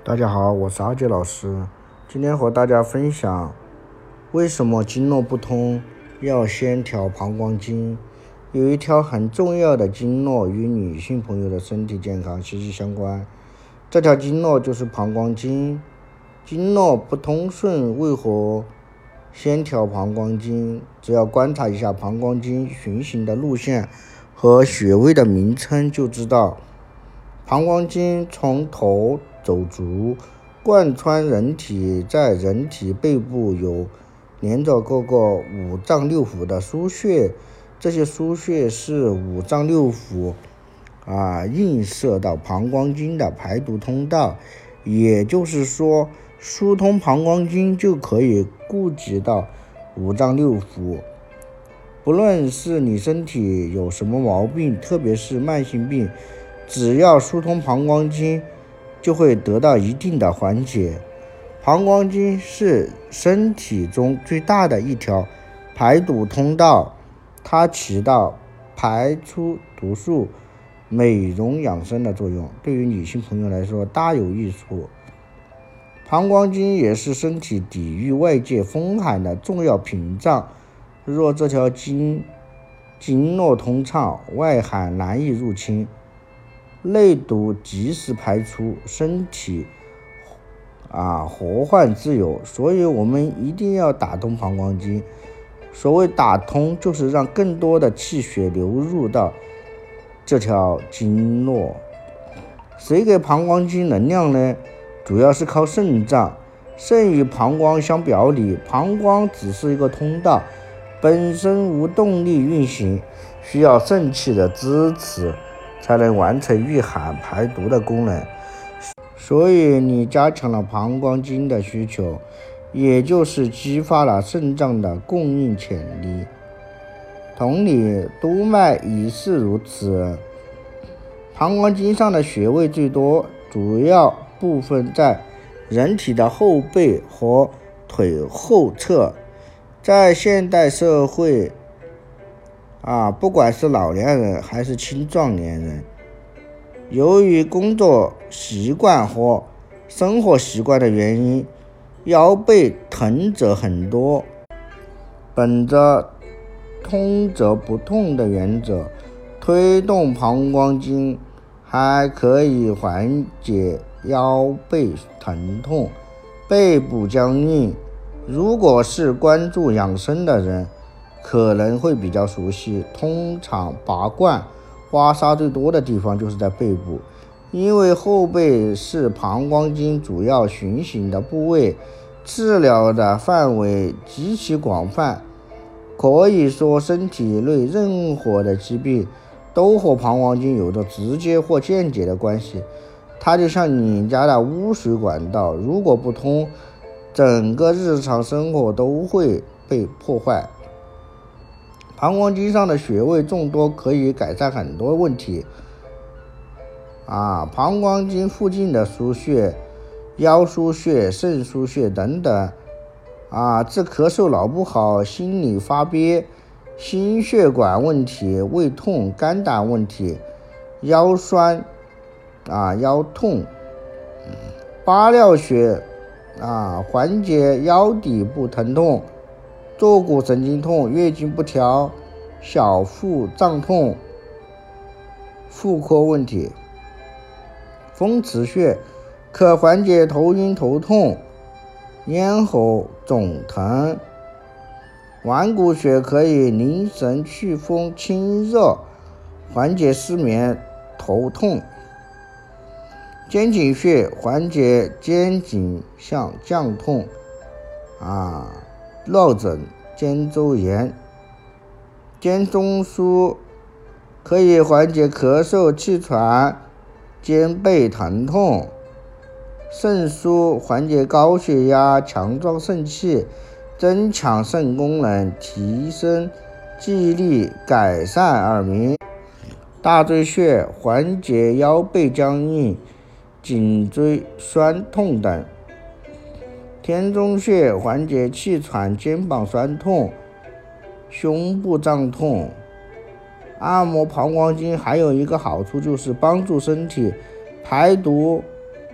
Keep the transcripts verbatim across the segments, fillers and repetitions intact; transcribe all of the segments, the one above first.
大家好，我是阿杰老师。今天和大家分享为什么经络不通要先调膀胱经。有一条很重要的经络与女性朋友的身体健康息息相关，这条经络就是膀胱经。经络不通顺，为何先调膀胱经？只要观察一下膀胱经循行的路线和穴位的名称就知道。膀胱经从头走足，贯穿人体，在人体背部有连着各个五脏六腑的腧穴，这些腧穴是五脏六腑啊映射到膀胱经的排毒通道，也就是说，疏通膀胱经就可以顾及到五脏六腑。不论是你身体有什么毛病，特别是慢性病，只要疏通膀胱经，就会得到一定的缓解。膀胱经是身体中最大的一条排毒通道，它起到排出毒素、美容养生的作用，对于女性朋友来说大有益处。膀胱经也是身体抵御外界风寒的重要屏障，若这条经经络通畅，外寒难以入侵，内毒及时排出，身体啊活换自由。所以我们一定要打通膀胱经。所谓打通，就是让更多的气血流入到这条经络。谁给膀胱经能量呢？主要是靠肾脏。肾与膀胱相表里，膀胱只是一个通道，本身无动力运行，需要肾气的支持才能完成御寒排毒的功能。所以你加强了膀胱经的需求，也就是激发了肾脏的供应潜力。同理，督脉也是如此。膀胱经上的穴位最多，主要部分在人体的后背和腿后侧。在现代社会啊，不管是老年人还是青壮年人，由于工作习惯和生活习惯的原因，腰背疼者很多。本着通则不痛的原则，推动膀胱经还可以缓解腰背疼痛、背部僵硬。如果是关注养生的人，可能会比较熟悉，通常拔罐、刮痧最多的地方就是在背部，因为后背是膀胱经主要循行的部位，治疗的范围极其广泛，可以说身体内任何的疾病都和膀胱经有着直接或间接的关系。它就像你家的污水管道，如果不通，整个日常生活都会被破坏。膀胱经上的穴位众多，可以改善很多问题啊。膀胱经附近的腧穴、腰腧穴、肾腧穴等等啊，治咳嗽、脑不好、心理发憋、心血管问题、胃痛、肝胆问题、腰酸啊、腰痛。八髎穴啊，缓解腰底部疼痛、坐骨神经痛、月经不调、小腹胀痛、妇科问题。风池穴可缓解头晕头痛、咽喉肿疼。腕骨穴可以凝神祛风清热，缓解失眠头痛。肩颈穴缓解肩颈项降痛啊、落枕、肩周炎。肩中枢可以缓解咳嗽、气喘、肩背疼痛。肾腧缓解高血压，强壮肾气，增强肾功能，提升记忆力，改善耳鸣。大椎穴缓解腰背僵硬、颈椎酸痛等。天中穴缓解气喘、肩膀酸痛、胸部胀痛。按摩膀胱经还有一个好处，就是帮助身体排毒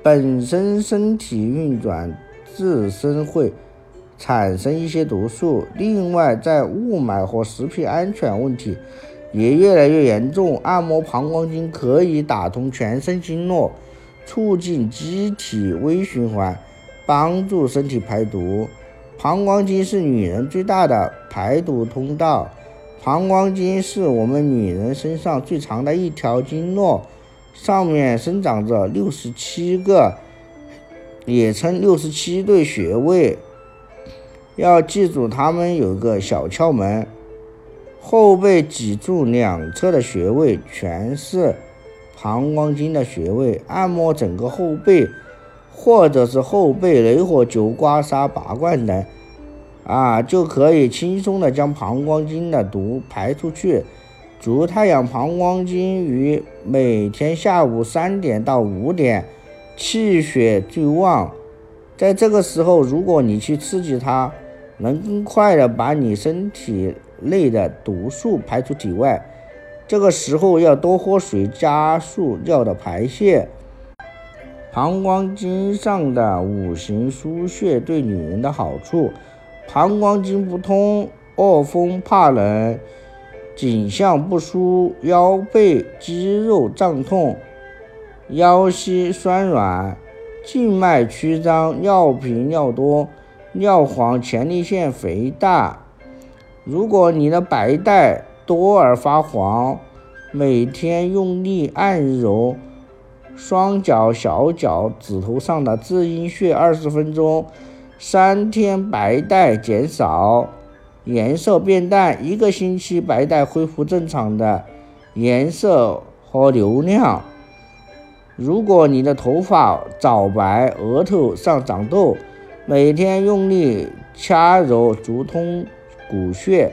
本身身体运转自身会产生一些毒素，另外在雾霾和食品安全问题也越来越严重，按摩膀胱经可以打通全身经络，促进机体微循环，帮助身体排毒。膀胱经是女人最大的排毒通道，膀胱经是我们女人身上最长的一条经络，上面生长着六十七个，也称六十七对穴位。要记住，它们有个小窍门，后背脊柱两侧的穴位全是膀胱经的穴位，按摩整个后背，或者是后背雷火灸、刮痧、拔罐等啊，就可以轻松的将膀胱经的毒排出去。足太阳膀胱经于每天下午三点到五点气血最旺，在这个时候如果你去刺激它，能更快的把你身体内的毒素排出体外。这个时候要多喝水，加速尿的排泄。膀胱经上的五行腧穴对女人的好处：膀胱经不通，恶风怕冷，颈项不舒，腰背肌肉胀痛，腰膝酸软，静脉曲张，尿频尿多，尿黄，前列腺肥大。如果你的白带多而发黄，每天用力按揉双脚、小脚趾头上的至阴穴二十分钟，三天白带减少，颜色变淡，一个星期白带恢复正常的颜色和流量。如果你的头发早白，额头上长痘，每天用力掐揉足通骨穴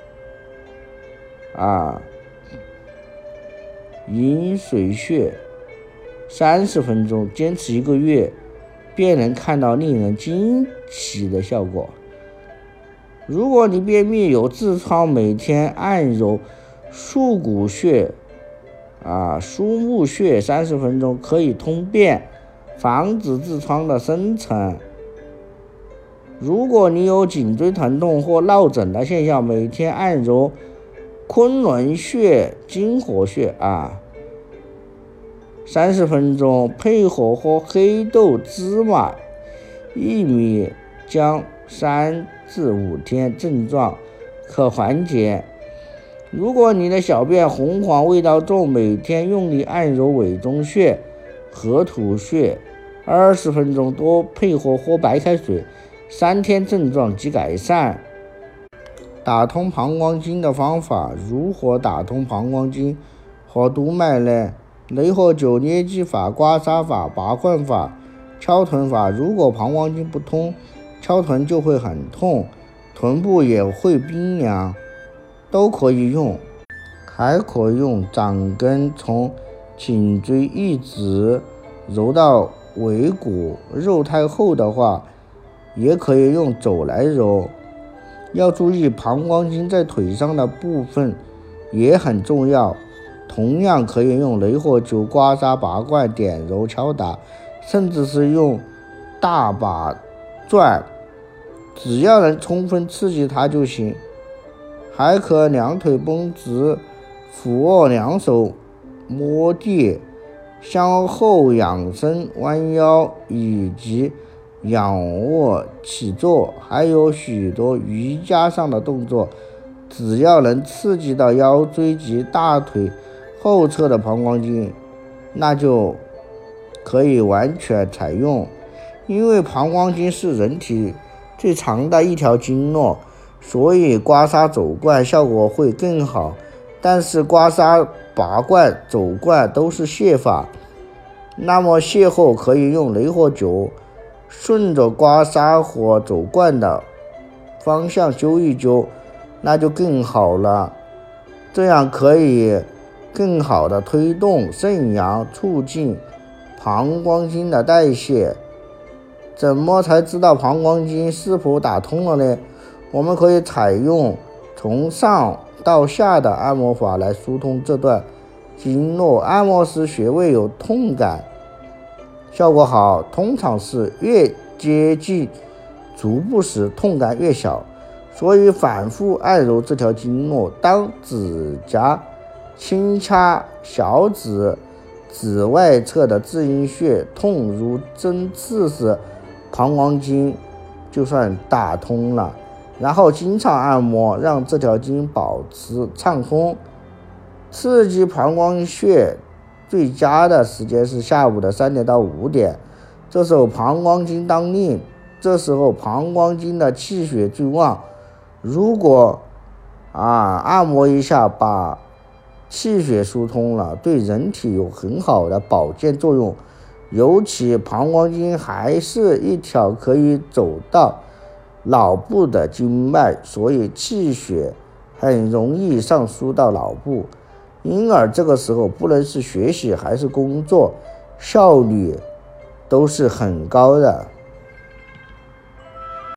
啊、引水穴三十分钟，坚持一个月，便能看到令人惊喜的效果。如果你便秘有痔疮，每天按揉束骨穴啊、枢木穴三十分钟，可以通便，防止痔疮的生成。如果你有颈椎疼痛或落枕的现象，每天按揉昆仑穴、金火穴啊三十分钟，配合喝黑豆芝麻薏米浆，三至五天症状可缓解。如果你的小便红黄味道重，每天用力按揉委中穴、合土穴二十分钟，多配合喝白开水，三天症状即改善。打通膀胱经的方法：如何打通膀胱经和督脉呢？雷火灸、捏脊法、刮痧法、拔罐法、敲臀法。如果膀胱经不通，敲臀就会很痛，臀部也会冰凉，都可以用。还可用掌根从颈椎一直揉到尾骨，肉太厚的话也可以用肘来揉。要注意，膀胱经在腿上的部分也很重要，同样可以用雷火灸、刮痧、拔罐、点揉、敲打，甚至是用大把转，只要能充分刺激它就行。还可两腿绷直，俯卧两手摸地，向后仰身弯腰，以及仰卧起坐，还有许多瑜伽上的动作，只要能刺激到腰椎及大腿后侧的膀胱经，那就可以完全采用。因为膀胱经是人体最长的一条经络，所以刮痧走罐效果会更好。但是刮痧、拔罐、走罐都是泻法，那么泻后可以用雷火灸，顺着刮痧或走罐的方向灸一灸，那就更好了。这样可以更好的推动肾阳，促进膀胱经的代谢。怎么才知道膀胱经是否打通了呢？我们可以采用从上到下的按摩法来疏通这段经络。按摩时穴位有痛感， 效果好，通常是越接近足部时痛感越小，所以反复按揉这条经络。当指甲轻掐小指指外侧的至阴穴，痛如针刺时，膀胱经就算打通了。然后经常按摩，让这条经保持畅通。刺激膀胱穴最佳的时间是下午的三点到五点，这时候膀胱经当令，这时候膀胱经的气血最旺。如果啊按摩一下把气血疏通了，对人体有很好的保健作用。尤其膀胱经还是一条可以走到脑部的经脉，所以气血很容易上输到脑部，因而这个时候不论是学习还是工作，效率都是很高的。